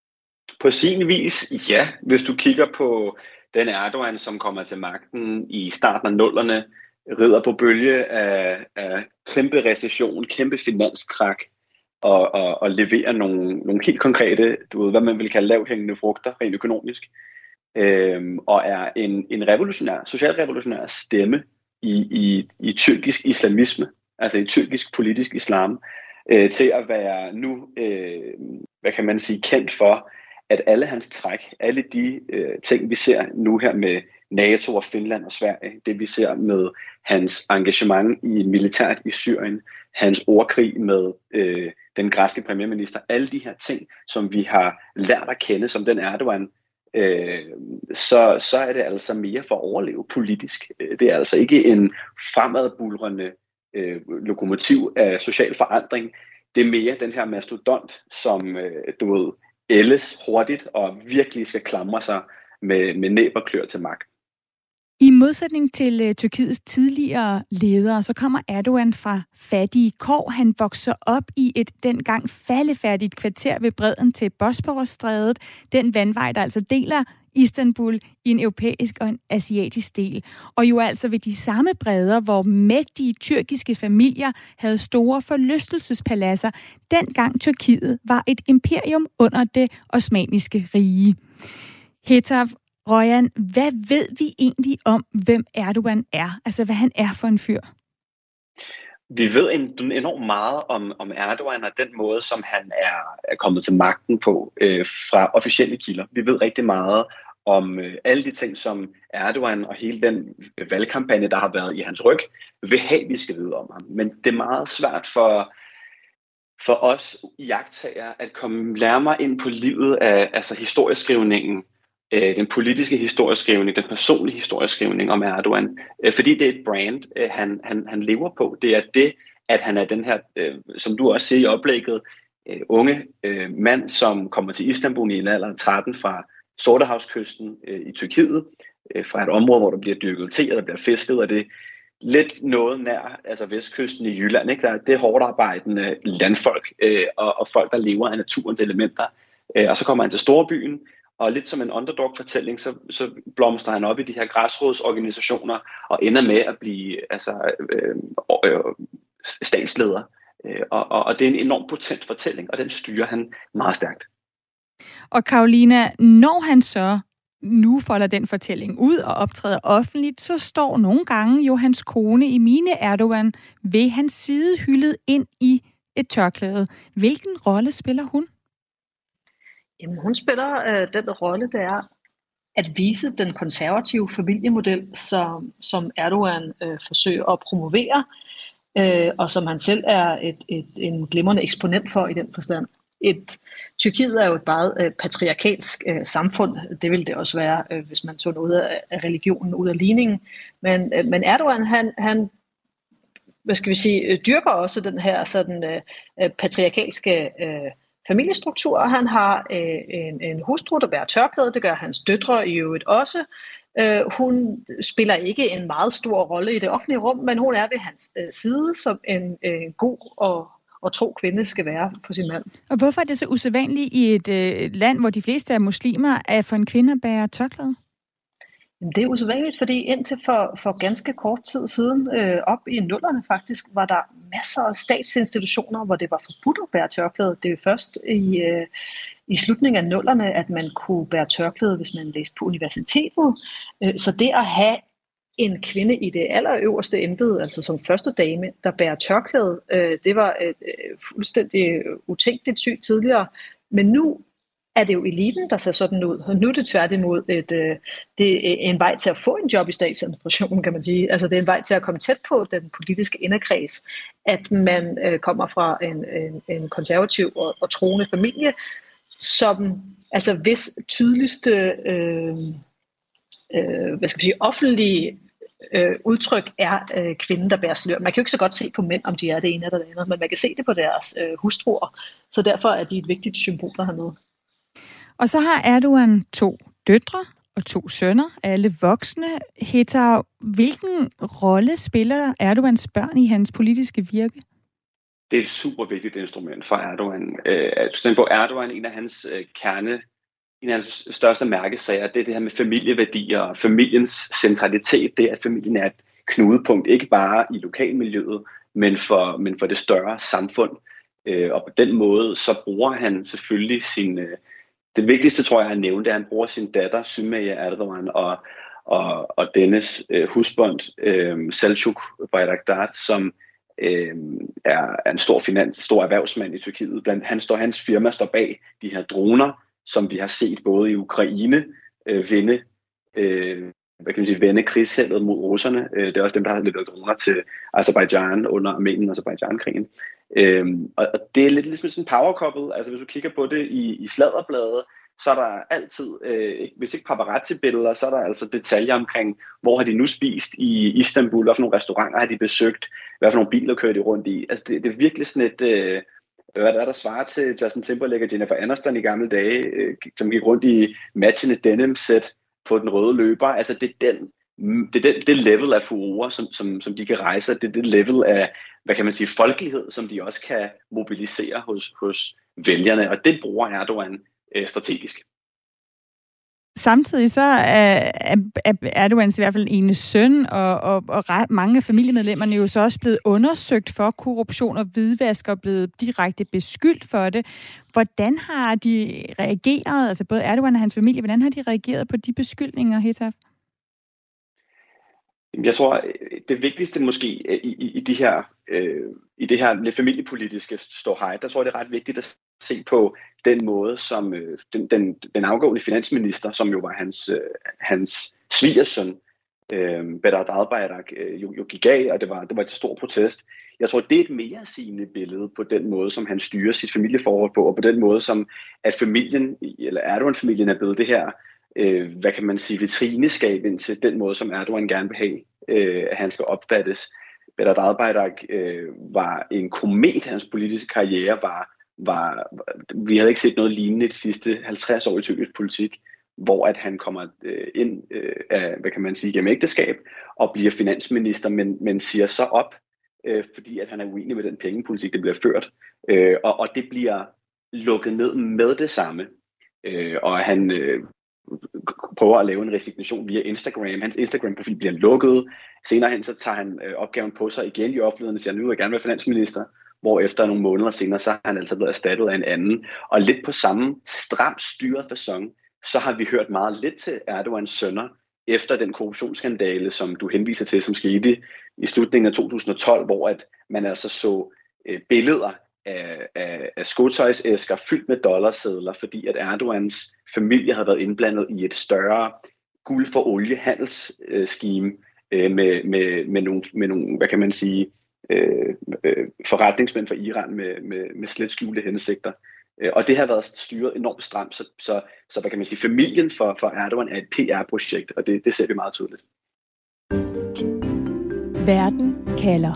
På sin vis, ja. Hvis du kigger på den Erdogan, som kommer til magten i starten af nullerne, rider på bølge af, af kæmpe recession, kæmpe finanskrak, og, og, og leverer nogle, nogle helt konkrete, du ved, hvad man vil kalde lavthængende frugter, rent økonomisk, øhm, og er en, en revolutionær, socialrevolutionær stemme i, i, i tyrkisk islamisme, altså i tyrkisk politisk islam, øh, til at være nu, øh, hvad kan man sige, kendt for, at alle hans træk, alle de øh, ting, vi ser nu her med NATO og Finland og Sverige, det vi ser med hans engagement i militært i Syrien, hans ordkrig med øh, den græske premierminister, alle de her ting, som vi har lært at kende som den Erdogan, øh, så, så er det altså mere for at overleve politisk. Det er altså ikke en fremadbuldrende øh, lokomotiv af social forandring. Det er mere den her mastodont, som øh, du ved, ældes hurtigt og virkelig skal klamre sig med, med næb og klør til magt. I modsætning til uh, Tyrkiets tidligere ledere, så kommer Erdogan fra fattige kår. Han vokser op i et dengang faldefærdigt kvarter ved bredden til Bosporusstrædet. Den vandvej, der altså deler Istanbul i en europæisk og en asiatisk del. Og jo altså ved de samme bredder, hvor mægtige tyrkiske familier havde store forlystelsespaladser, dengang Tyrkiet var et imperium under det osmanniske rige. Hitaf Royan, hvad ved vi egentlig om, hvem Erdogan er? Altså, hvad han er for en fyr? Vi ved en, enormt meget om, om Erdogan og den måde, som han er, er kommet til magten på øh, fra officielle kilder. Vi ved rigtig meget om øh, alle de ting, som Erdogan og hele den valgkampagne, der har været i hans ryg, vil have, vi skal vide om ham. Men det er meget svært for, for os iagttagere at komme nærmere ind på livet af altså historieskrivningen, den politiske historieskrivning, den personlige historieskrivning om Erdogan, fordi det er et brand, han, han, han lever på. Det er det, at han er den her, som du også siger i oplægget, unge mand, som kommer til Istanbul i en alder af tretten fra Sortehavskysten i Tyrkiet, fra et område, hvor der bliver dyrket te, og der bliver fisket, og det er lidt noget nær altså vestkysten i Jylland. Ikke? Der er det hårdt arbejdende landfolk, og, og folk, der lever af naturens elementer. Og så kommer han til storbyen, og lidt som en underdog-fortælling, så, så blomster han op i de her græsrodsorganisationer og ender med at blive altså, øh, øh, statsleder. Øh, og, og det er en enormt potent fortælling, og den styrer han meget stærkt. Og Karolina, når han så nu folder den fortælling ud og optræder offentligt, så står nogle gange jo hans kone Emine Erdogan ved hans side hyldet ind i et tørklæde. Hvilken rolle spiller hun? Jamen, hun spiller øh, den rolle, der er at vise den konservative familiemodel, som, som Erdogan øh, forsøger at promovere, øh, og som han selv er et, et, en glimrende eksponent for i den forstand. Et, Tyrkiet er jo et meget øh, patriarkalsk øh, samfund. Det vil det også være, øh, hvis man tog noget af, af religionen ud af ligningen. Men, øh, men Erdogan, han, han hvad skal vi sige, dyrker også den her sådan, øh, patriarkalske øh, familiestruktur. Han har øh, en, en hustru, der bærer tørklæde. Det gør hans døtre i øvrigt også. Øh, hun spiller ikke en meget stor rolle i det offentlige rum, men hun er ved hans øh, side, som en øh, god og og tro kvinde skal være for sin mand. Og hvorfor er det så usædvanligt i et øh, land, hvor de fleste er muslimer, at for en kvinde at bære tørklæde? Jamen, det er usædvanligt, fordi indtil for, for ganske kort tid siden, øh, op i nullerne faktisk, var der masser af statsinstitutioner, hvor det var forbudt at bære tørklæde. Det er jo først i, øh, i slutningen af nullerne, at man kunne bære tørklæde, hvis man læste på universitetet. Øh, så det at have en kvinde i det allerøverste embede, altså som første dame, der bærer tørklæde, øh, det var et øh, fuldstændig utænkeligt sygt tidligere. Men nu er det jo eliten, der ser sådan ud. Og nu er det tværtimod et, øh, det er en vej til at få en job i statsadministrationen, kan man sige. Altså det er en vej til at komme tæt på den politiske inderkreds, at man øh, kommer fra en, en, en konservativ og, og troende familie, som altså hvis tydeligste øh, øh, hvad skal man sige, offentlige øh, udtryk er øh, kvinden, der bærer slør. Man kan jo ikke så godt se på mænd, om de er det ene eller det andet, men man kan se det på deres øh, hustruer. Så derfor er de et vigtigt symbol at have med. Og så har Erdogan to døtre og to sønner, alle voksne. Heta, hvilken rolle spiller Erdogans børn i hans politiske virke? Det er et super vigtigt instrument for Erdogan. Øh, på Erdogan, en af hans øh, kerne, en af hans største mærkesager, det er det her med familieværdier og familiens centralitet. Det er, at familien er et knudepunkt, ikke bare i lokalmiljøet, men for, men for det større samfund. Øh, og på den måde, så bruger han selvfølgelig sin... Øh, det vigtigste, tror jeg, han nævnte, er, at han bruger sin datter, Sümeyye Erdogan, og, og, og dennes øh, husbond, øh, Selçuk Bayraktar, som øh, er, er en stor, finans, stor erhvervsmand i Tyrkiet. Blandt, han står, hans firma står bag de her droner, som vi har set både i Ukraine øh, vinde, øh, hvad kan man sige, vende krigsheldet mod russerne. Øh, det er også dem, der har leveret droner til Aserbajdsjan under Armenien og Aserbajdsjan-krigen. Øhm, og, og det er lidt ligesom sådan en power couple. Altså hvis du kigger på det i, i sladderbladet, så er der altid, øh, hvis ikke paparazzi-billeder, så er der altså detaljer omkring, hvor har de nu spist i Istanbul, hvad for nogle restauranter har de besøgt, hvad for nogle biler kører de rundt i. Altså det, det er virkelig sådan et, øh, hvad der, der svarer til Justin Timberlake og Jennifer Aniston i gamle dage, øh, som gik rundt i matchende denim-sæt på den røde løber. Altså det er den Det er det, det level af furore, som, som, som de kan rejse, det er det level af, hvad kan man sige, folkelighed, som de også kan mobilisere hos, hos vælgerne, og det bruger Erdogan øh, strategisk. Samtidig så er, er Erdogans i hvert fald ene søn, og, og, og mange af familiemedlemmerne jo så også blevet undersøgt for korruption og hvidvask og blevet direkte beskyldt for det. Hvordan har de reageret, altså både Erdogan og hans familie, hvordan har de reageret på de beskyldninger, Hetaf? Jeg tror, det vigtigste måske i, i, i, de her, øh, i det her lidt familiepolitiske ståhej, der tror jeg, det er ret vigtigt at se på den måde, som øh, den, den, den afgående finansminister, som jo var hans, øh, hans svigersøn, øh, Berat Albayrak, øh, jo, jo gik af, og det var, det var et stort protest. Jeg tror, det er et mere sigende billede på den måde, som han styrer sit familieforhold på, og på den måde, som at familien, eller Erdogan-familien er blevet det her, Øh, hvad kan man sige, vitrineskab ind til den måde, som Erdogan gerne vil have, øh, at han skal opfattes. Berat Albayrak øh, var en komet, hans politiske karriere var, var, vi havde ikke set noget lignende de sidste halvtreds år i tyrkisk politik, hvor at han kommer øh, ind øh, af, hvad kan man sige, gennem ægteskab og bliver finansminister, men, men siger så op, øh, fordi at han er uenig med den pengepolitik, der bliver ført, øh, og, og det bliver lukket ned med det samme, øh, og han øh, prøver at lave en resignation via Instagram. Hans Instagram-profil bliver lukket. Senere hen så tager han øh, opgaven på sig igen i offentligheden og siger, nu vil jeg gerne være finansminister, hvor efter nogle måneder senere, så har han altså blevet erstattet af en anden. Og lidt på samme stramt styret facon, så har vi hørt meget lidt til Erdogans sønner, efter den korruptionsskandale, som du henviser til, som skete i slutningen af to tusind og tolv, hvor at man altså så øh, billeder af, af, af skotøjsæsker fyldt med dollarsedler, fordi at Erdogans familie havde været indblandet i et større guld for olie handelsskeme øh, med, med, med, nogle, med nogle, hvad kan man sige, øh, øh, forretningsmænd fra Iran med, med, med slet skjulte hensigter. Øh, og det har været styret enormt stramt, så, så, så hvad kan man sige, familien for, for Erdogan er et P R-projekt, og det, det ser vi meget tydeligt. Verden kalder.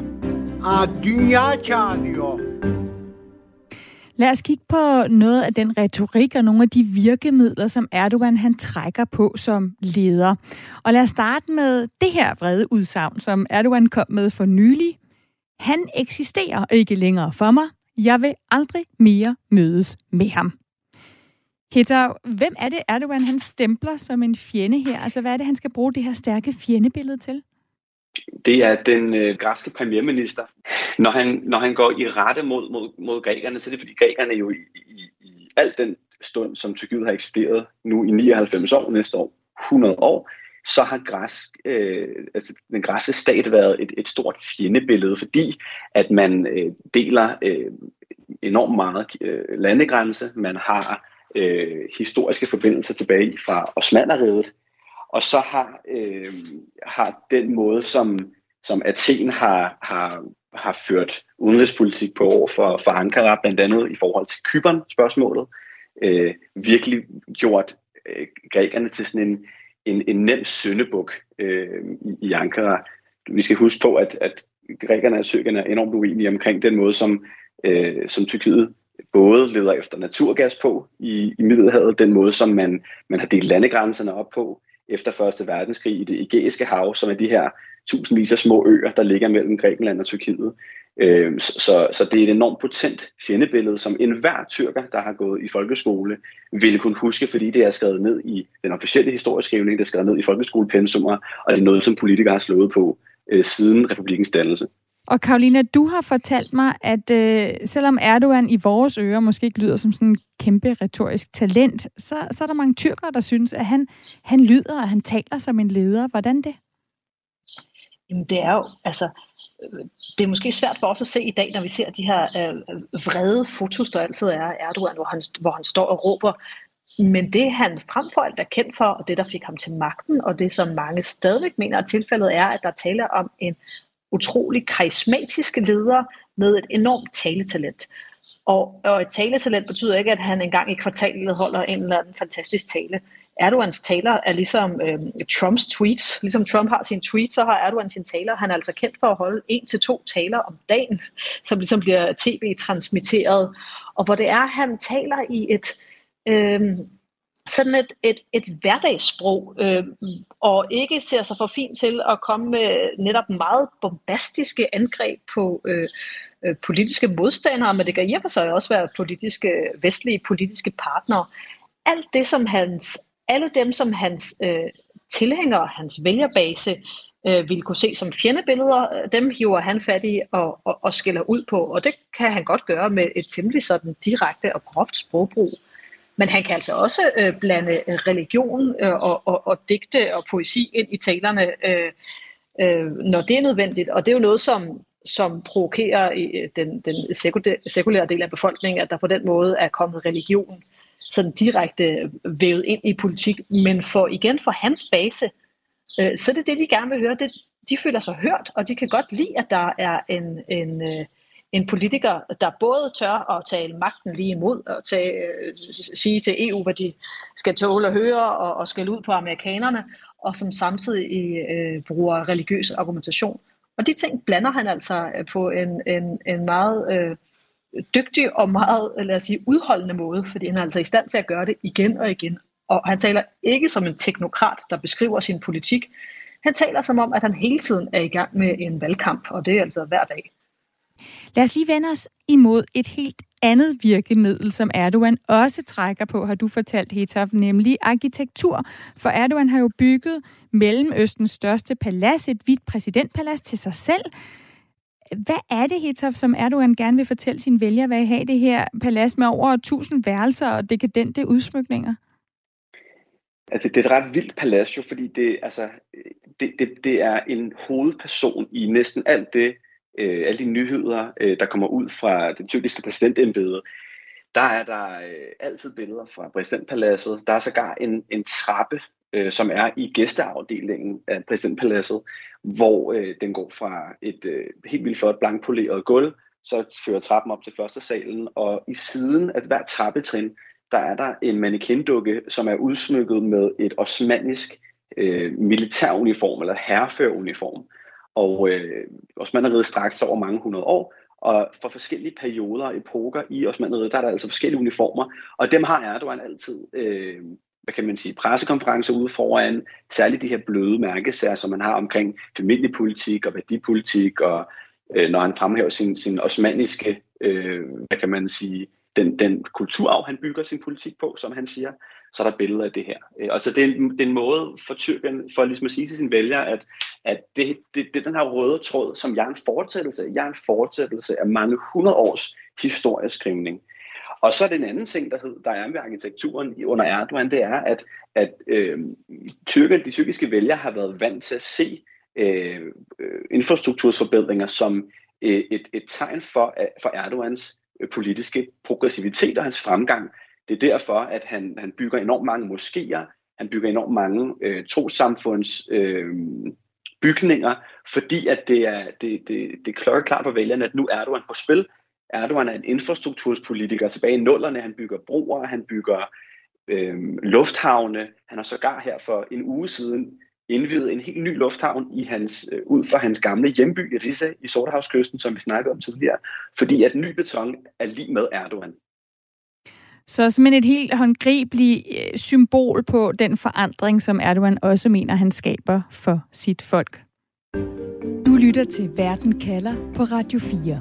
Lad os kigge på noget af den retorik og nogle af de virkemidler, som Erdogan han trækker på som leder. Og lad os starte med det her vrede udsagn, som Erdogan kom med for nylig. Han eksisterer ikke længere for mig. Jeg vil aldrig mere mødes med ham. Hitter, hvem er det Erdogan han stempler som en fjende her? Altså hvad er det, han skal bruge det her stærke fjendebillede til? Det er den øh, græske premierminister. Når han, når han går i rette mod, mod, mod grækerne, så er det fordi grækerne jo i, i, i al den stund, som Tyrkiet har eksisteret nu i nioghalvfems år, næste år, hundrede år, så har græsk, øh, altså den græske stat været et, et stort fjendebillede, fordi at man øh, deler øh, enormt meget øh, landegrænse, man har øh, historiske forbindelser tilbage fra Osmannerriget, og så har, øh, har den måde, som, som Athen har, har, har ført udenrigspolitik på over for, for Ankara, blandt andet i forhold til Cypern-spørgsmålet, øh, virkelig gjort øh, grækerne til sådan en, en, en nem syndebuk øh, i, i Ankara. Vi skal huske på, at, at grækerne og tyrkerne er enormt uenige omkring den måde, som, øh, som Tyrkiet både leder efter naturgas på i, i Middelhavet, den måde, som man, man har delt landegrænserne op på efter første verdenskrig i det Ægæiske hav, som er de her tusindvis af små øer, der ligger mellem Grækenland og Tyrkiet. Øh, så, så det er et enormt potent fjendebillede, som enhver tyrker, der har gået i folkeskole, ville kunne huske, fordi det er skrevet ned i den officielle historieskrivning, det er skrevet ned i folkeskolepensummer, og det er noget, som politikere har slået på øh, siden republikkens dannelse. Og Karolina, du har fortalt mig, at øh, selvom Erdogan i vores ører måske ikke lyder som sådan en kæmpe retorisk talent, så, så er der mange tyrkere, der synes, at han, han lyder, og han taler som en leder. Hvordan det? Jamen det er jo, altså, det er måske svært for os at se i dag, når vi ser de her øh, vrede fotos, der altid er af Erdogan, hvor han, hvor han står og råber. Men det han frem for alt er kendt for, og det der fik ham til magten, og det som mange stadigvæk mener er tilfældet, er, at der taler om en utrolig karismatiske leder med et enormt taletalent. Og, og et taletalent betyder ikke, at han engang i kvartalet holder en eller anden fantastisk tale. Erdogans taler er ligesom øh, Trumps tweets. Ligesom Trump har sine tweets, så har Erdogan sine taler. Han er altså kendt for at holde en til to taler om dagen, som ligesom bliver tv-transmitteret. Og hvor det er, han taler i et øh, sådan et, et, et hverdagssprog, øh, og ikke ser sig for fint til at komme med netop meget bombastiske angreb på øh, øh, politiske modstandere, men det kan i og for sig også være politiske, vestlige politiske partnere. Alt det, som hans, alle dem, som hans øh, tilhængere, hans vælgerbase, øh, ville kunne se som fjendebilleder, dem hiver han fat i og, og, og skælder ud på, og det kan han godt gøre med et temmelig sådan direkte og groft sprogbrug. Men han kan altså også øh, blande religion øh, og, og, og digte og poesi ind i talerne, øh, øh, når det er nødvendigt. Og det er jo noget, som, som provokerer i den, den sekulære del af befolkningen, at der på den måde er kommet religion sådan direkte vævet ind i politik. Men for igen for hans base, øh, så er det det, de gerne vil høre. Det, de føler sig hørt, og de kan godt lide, at der er en... en øh, En politiker, der både tør at tale magten lige imod og tage, øh, sige til E U, hvad de skal tåle at høre og, og skælde ud på amerikanerne, og som samtidig øh, bruger religiøs argumentation. Og de ting blander han altså på en, en, en meget øh, dygtig og meget, lad os sige, udholdende måde, fordi han er altså i stand til at gøre det igen og igen. Og han taler ikke som en teknokrat, der beskriver sin politik. Han taler som om, at han hele tiden er i gang med en valgkamp, og det er altså hver dag. Lad os lige vende os imod et helt andet virkemiddel, som Erdogan også trækker på, har du fortalt, Hitaf, nemlig arkitektur. For Erdogan har jo bygget Mellemøstens største palads, et hvidt præsidentpalads, til sig selv. Hvad er det, Hitaf, som Erdogan gerne vil fortælle sine vælgere, hvad I har det her palads med over tusind værelser og dekadente udsmykninger? Altså, det er et ret vildt palads, jo, fordi det, altså, det, det, det er en hovedperson i næsten alt det, øh, alle de nyheder, øh, der kommer ud fra det tyrkiske præsidentembede, der er der øh, altid billeder fra præsidentpaladset. Der er sågar en, en trappe, øh, som er i gæsteafdelingen af præsidentpaladset, hvor øh, den går fra et øh, helt vildt flot blankpoleret gulv, så fører trappen op til første salen, og i siden af hver trappetrin, der er der en mannequin-dukke, som er udsmykket med et osmannisk øh, militæruniform, eller hærføruniform. Og øh, Osmanneriget strakte sig over mange hundrede år, og for forskellige perioder og epoker i Osmanneriget, der er der altså forskellige uniformer, og dem har Erdogan altid, øh, hvad kan man sige, pressekonferencer ude foran, særligt de her bløde mærkesager, som man har omkring familiepolitik og værdipolitik, og øh, når han fremhæver sin, sin osmanniske, øh, hvad kan man sige, den, den kulturarv, han bygger sin politik på, som han siger, så er der billeder af det her. Og så det er en, det er en måde for Tyrkien, for ligesom at sige til sine vælgere, at, at det, det, det er den her røde tråd, som jeg er en fortsættelse af. Jeg er en fortsættelse af mange hundrede års historieskrivning. Og så er det en anden ting, der, hed, der er med arkitekturen under Erdogan, det er, at, at øh, Tyrkien, de tyrkiske vælgere har været vant til at se øh, infrastruktursforbedringer som øh, et, et tegn for, for Erdogans politiske progressivitet og hans fremgang. Det er derfor, at han, han bygger enormt mange moskéer, han bygger enormt mange øh, trossamfunds øh, bygninger, fordi at det er, det, det, det er klokkeklart for vælgerne, at nu er Erdogan på spil. Erdogan er en infrastrukturspolitiker tilbage i nullerne, han bygger broer, han bygger øh, lufthavne. Han har sågar her for en uge siden indviet en helt ny lufthavn i hans, øh, ud fra hans gamle hjemby i Rize i Sortehavskysten, som vi snakkede om tidligere, fordi at ny beton er lige med Erdogan. Så simpelthen et helt håndgribeligt symbol på den forandring, som Erdogan også mener, han skaber for sit folk. Du lytter til Verden kalder på Radio fire.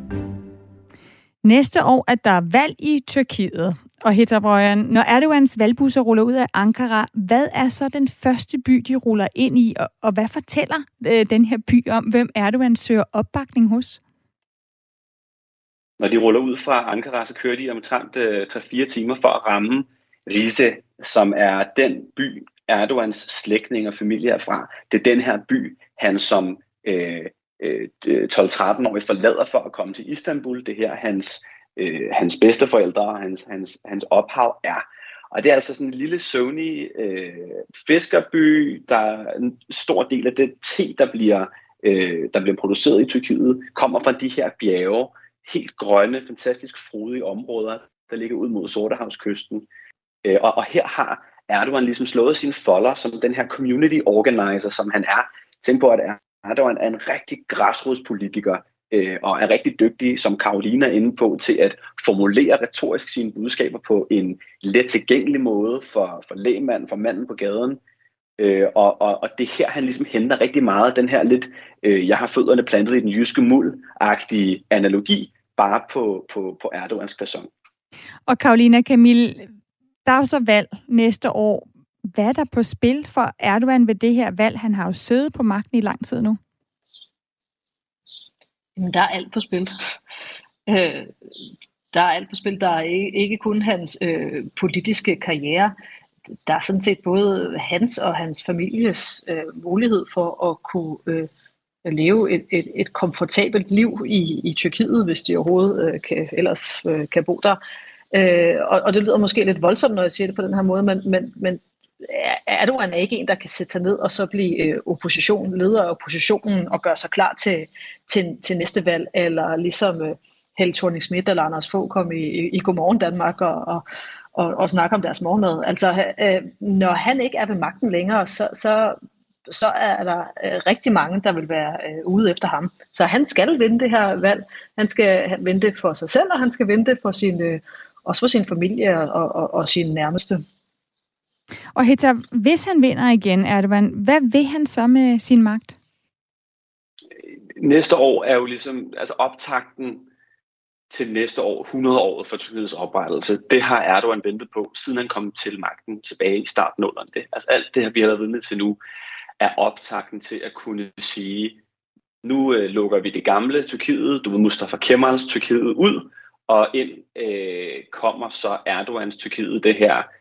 Næste år er der valg i Tyrkiet. Og Hetabrøjen, når Erdogans valgbusser ruller ud af Ankara, hvad er så den første by, de ruller ind i? Og, og hvad fortæller øh, den her by om, hvem Erdogan søger opbakning hos? Når de ruller ud fra Ankara, så kører de omtrent øh, tre til fire timer for at ramme Rize, som er den by, Erdogans slægtning og familie er fra. Det er den her by, han som øh, øh, tolv-tretten-årig forlader for at komme til Istanbul. Det her hans, øh, hans bedsteforældre og hans, hans, hans ophav er. Og det er altså sådan en lille søvnig øh, fiskerby. Der er en stor del af det te, der bliver, øh, der bliver produceret i Tyrkiet, kommer fra de her bjerge. Helt grønne, fantastisk frodige områder, der ligger ud mod Sortehavskysten. Øh, og, og her har Erdogan ligesom slået sine folder som den her community organizer, som han er. Tænk på, at Erdogan er en rigtig græsrodspolitiker, øh, og er rigtig dygtig, som Karolina er inde på, til at formulere retorisk sine budskaber på en let tilgængelig måde for, for lægmanden, for manden på gaden. Øh, og, og, og det er her, han ligesom henter rigtig meget den her lidt, øh, jeg har fødderne plantet i den jyske muld-agtige analogi, bare på, på, på Erdogans facon. Og Karolina Camille, der er jo så valg næste år. Hvad er der på spil for Erdogan ved det her valg? Han har jo siddet på magten i lang tid nu. Jamen, der er alt på spil. Øh, der er alt på spil. Der er ikke, ikke kun hans øh, politiske karriere. Der er sådan set både hans og hans families øh, mulighed for at kunne øh, leve et, et, et komfortabelt liv i, i Tyrkiet, hvis de overhovedet øh, kan, ellers øh, kan bo der. Øh, og, og det lyder måske lidt voldsomt, når jeg siger det på den her måde, men, men, men Erdogan er ikke en, der kan sætte sig ned og så blive øh, opposition, leder af oppositionen og gøre sig klar til, til, til næste valg, eller ligesom øh, Helle Thorning-Schmidt eller Anders Fogh kom i, i, i Godmorgen Danmark og, og, og, og snakke om deres morgenmad. Altså, øh, når han ikke er ved magten længere, så, så, så er der øh, rigtig mange, der vil være øh, ude efter ham. Så han skal vinde det her valg. Han skal vinde det for sig selv, og han skal vinde det for sin, øh, også for sin familie og, og, og sine nærmeste. Og Heta, hvis han vinder igen, Erdogan, hvad vil han så med sin magt? Næste år er jo ligesom altså optakten til næste år, hundrede-året for Tyrkiets oprettelse. Det har Erdogan ventet på, siden han kom til magten tilbage i starten af nullerne. Altså alt det her, vi har været vidne til nu, er optakten til at kunne sige, nu øh, lukker vi det gamle Tyrkiet, du ved Mustafa Kemals Tyrkiet ud, og ind øh, kommer så Erdogans Tyrkiet, det her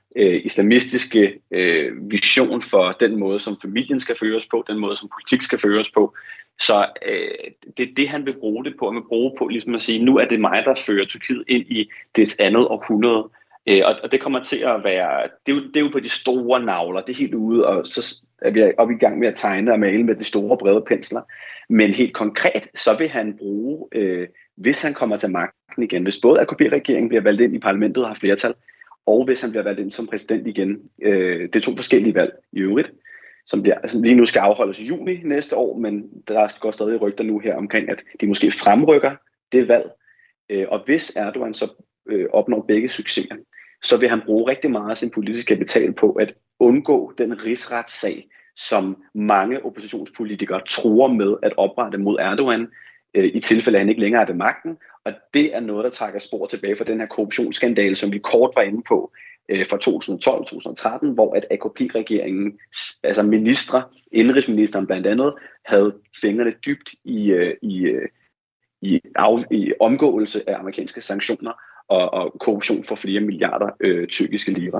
øh, islamistiske øh, vision for den måde, som familien skal føres på, den måde, som politik skal føres på. Så øh, det er det, han vil bruge det på. Han vil bruge på ligesom at sige, nu er det mig, der fører Tyrkiet ind i dets andet århundrede. Øh, og, og det kommer til at være, det er, jo, det er jo på de store navler, det er helt ude, og så er vi oppe i gang med at tegne og male med de store brede pensler. Men helt konkret, så vil han bruge, øh, hvis han kommer til magten igen, hvis både A K P-regeringen bliver valgt ind i parlamentet og har flertal, og hvis han bliver valgt ind som præsident igen. Øh, det er to forskellige valg i øvrigt, som, bliver, som lige nu skal afholdes i juni næste år, men der går stadig rygter nu her omkring, at de måske fremrykker det valg. Øh, og hvis Erdogan så øh, opnår begge succeser, så vil han bruge rigtig meget af sin politiske kapital på at undgå den rigsretssag, som mange oppositionspolitikere truer med at oprette mod Erdogan, øh, i tilfælde, at han ikke længere er ved magten. Og det er noget, der trækker spor tilbage for den her korruptionsskandale, som vi kort var inde på øh, fra to tusind og tolv til to tusind og tretten, hvor at A K P-regeringen, altså ministre, indrigsministeren blandt andet, havde fingrene dybt i, øh, i, øh, i, af, i omgåelse af amerikanske sanktioner og, og korruption for flere milliarder øh, tyrkiske lira.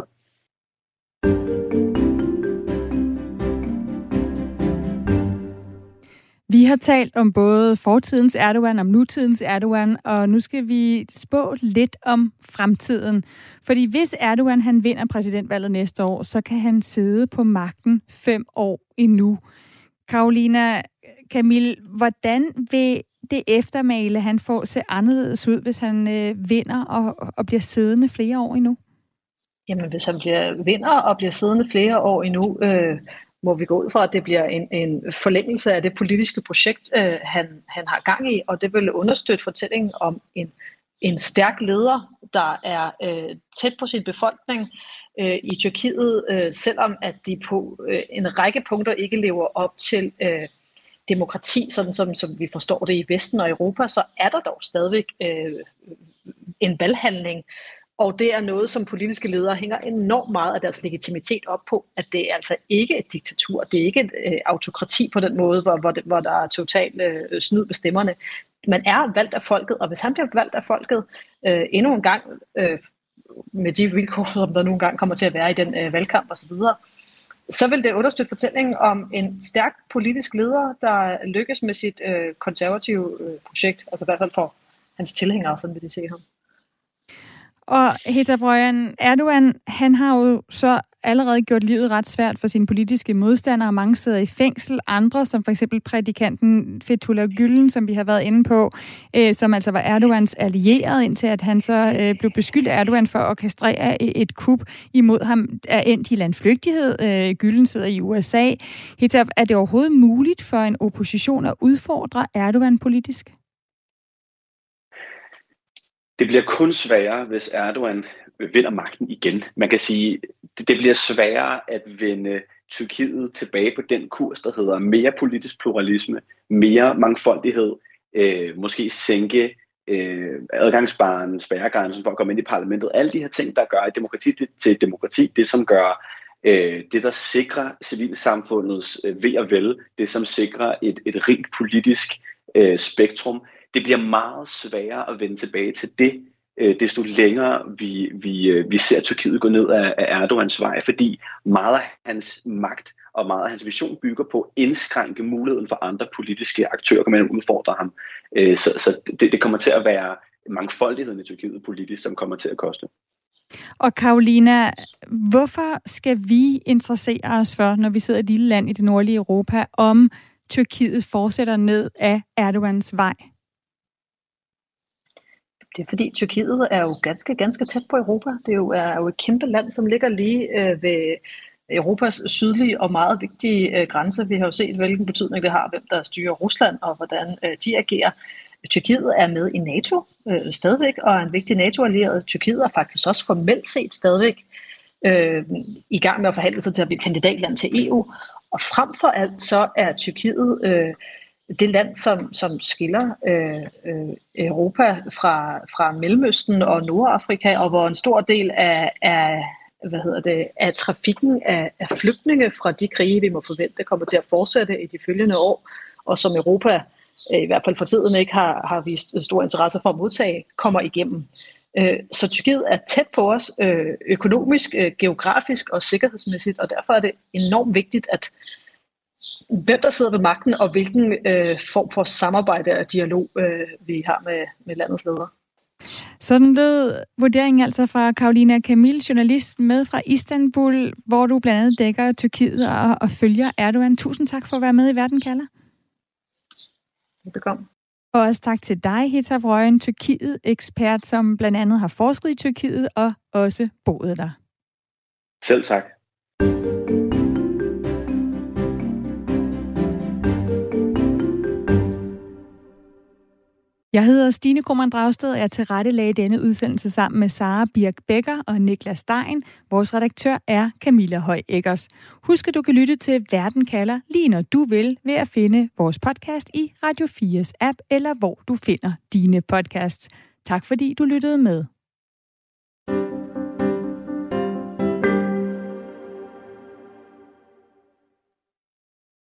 Vi har talt om både fortidens Erdogan, om nutidens Erdogan, og nu skal vi spå lidt om fremtiden. Fordi hvis Erdogan han vinder præsidentvalget næste år, så kan han sidde på magten fem år endnu. Carolina, Camille, hvordan vil det eftermæle, han får, se anderledes ud, hvis han øh, vinder og, og bliver siddende flere år endnu? Jamen, hvis han bliver vinder og bliver siddende flere år endnu, øh, må vi gå ud fra, at det bliver en, en forlængelse af det politiske projekt, øh, han, han har gang i, og det vil understøtte fortællingen om en, en stærk leder, der er øh, tæt på sin befolkning øh, i Tyrkiet, øh, selvom at de på øh, en række punkter ikke lever op til øh, demokrati, sådan som, som vi forstår det i Vesten og Europa, så er der dog stadigvæk øh, en valghandling. Og det er noget, som politiske ledere hænger enormt meget af deres legitimitet op på, at det er altså ikke et diktatur, det er ikke et øh, autokrati på den måde, hvor, hvor, det, hvor der er totalt øh, snyd med stemmerne. Man er valgt af folket, og hvis han bliver valgt af folket øh, endnu en gang, øh, med de vilkår, som der nogle gange kommer til at være i den øh, valgkamp osv., så vil det understøtte fortællingen om en stærk politisk leder, der lykkes med sit øh, konservative øh, projekt, altså i hvert fald for hans tilhængere, sådan vil de se ham. Og Hitap Røyan, Erdogan, han har jo så allerede gjort livet ret svært for sine politiske modstandere. Mange sidder i fængsel. Andre, som for eksempel prædikanten Fethullah Gülen, som vi har været inde på, øh, som altså var Erdogans allierede, indtil at han så øh, blev beskyldt af Erdogan for at kastrere et kup imod ham, er endt i landflygtighed. Øh, Gülen sidder i U S A. Hitap, er det overhovedet muligt for en opposition at udfordre Erdogan politisk? Det bliver kun sværere, hvis Erdogan vinder magten igen. Man kan sige, det bliver sværere at vende Tyrkiet tilbage på den kurs, der hedder mere politisk pluralisme, mere mangfoldighed, øh, måske sænke øh, adgangsbarren, spærregrænsen for at komme ind i parlamentet. Alle de her ting, der gør demokrati til demokrati, det som gør øh, det, der sikrer civilsamfundets øh, ve og vel, det som sikrer et, et rigt politisk øh, spektrum. Det bliver meget sværere at vende tilbage til det, desto længere vi, vi, vi ser Tyrkiet gå ned af Erdogans vej, fordi meget af hans magt og meget af hans vision bygger på at indskrænke muligheden for andre politiske aktører, at man udfordre ham. Så, så det, det kommer til at være mangfoldigheden i Tyrkiet politisk, som kommer til at koste. Og Carolina, hvorfor skal vi interessere os for, når vi sidder i et lille land i det nordlige Europa, om Tyrkiet fortsætter ned af Erdogans vej? Det er fordi Tyrkiet er jo ganske, ganske tæt på Europa. Det er jo, er jo et kæmpe land, som ligger lige øh, ved Europas sydlige og meget vigtige øh, grænse. Vi har jo set, hvilken betydning det har, hvem der styrer Rusland og hvordan øh, de agerer. Tyrkiet er med i NATO øh, stadigvæk, og er en vigtig NATO-allieret. Tyrkiet er faktisk også formelt set stadigvæk øh, i gang med at forhandle sig til at blive kandidatland til E U. Og frem for alt så er Tyrkiet øh, det land, som, som skiller øh, øh, Europa fra, fra Mellemøsten og Nordafrika, og hvor en stor del af, af, hvad hedder det, af trafikken af, af flygtninge fra de krige, vi må forvente, kommer til at fortsætte i de følgende år, og som Europa øh, i hvert fald for tiden ikke har, har vist stor interesse for at modtage, kommer igennem. Så Tyrkiet er tæt på os økonomisk, geografisk og sikkerhedsmæssigt, og derfor er det enormt vigtigt, at hvem der sidder ved magten, og hvilken form for samarbejde og dialog vi har med, med landets ledere. Sådan lød vurderingen altså fra Karolina Kamil, journalist med fra Istanbul, hvor du blandt andet dækker Tyrkiet og, og følger Erdogan. Tusind tak for at være med i Verden kalder. Velbekomme. Og også tak til dig, Hitav Røjen, Tyrkiet-ekspert, som blandt andet har forsket i Tyrkiet og også boet der. Selv tak. Jeg hedder Stine Krohmann Dragsted, og jeg tilrettelagde denne udsendelse sammen med Sara Birk Becker og Niklas Stein. Vores redaktør er Camilla Høj Eggers. Husk, at du kan lytte til Verden kalder lige når du vil ved at finde vores podcast i Radio fires app, eller hvor du finder dine podcasts. Tak fordi du lyttede med.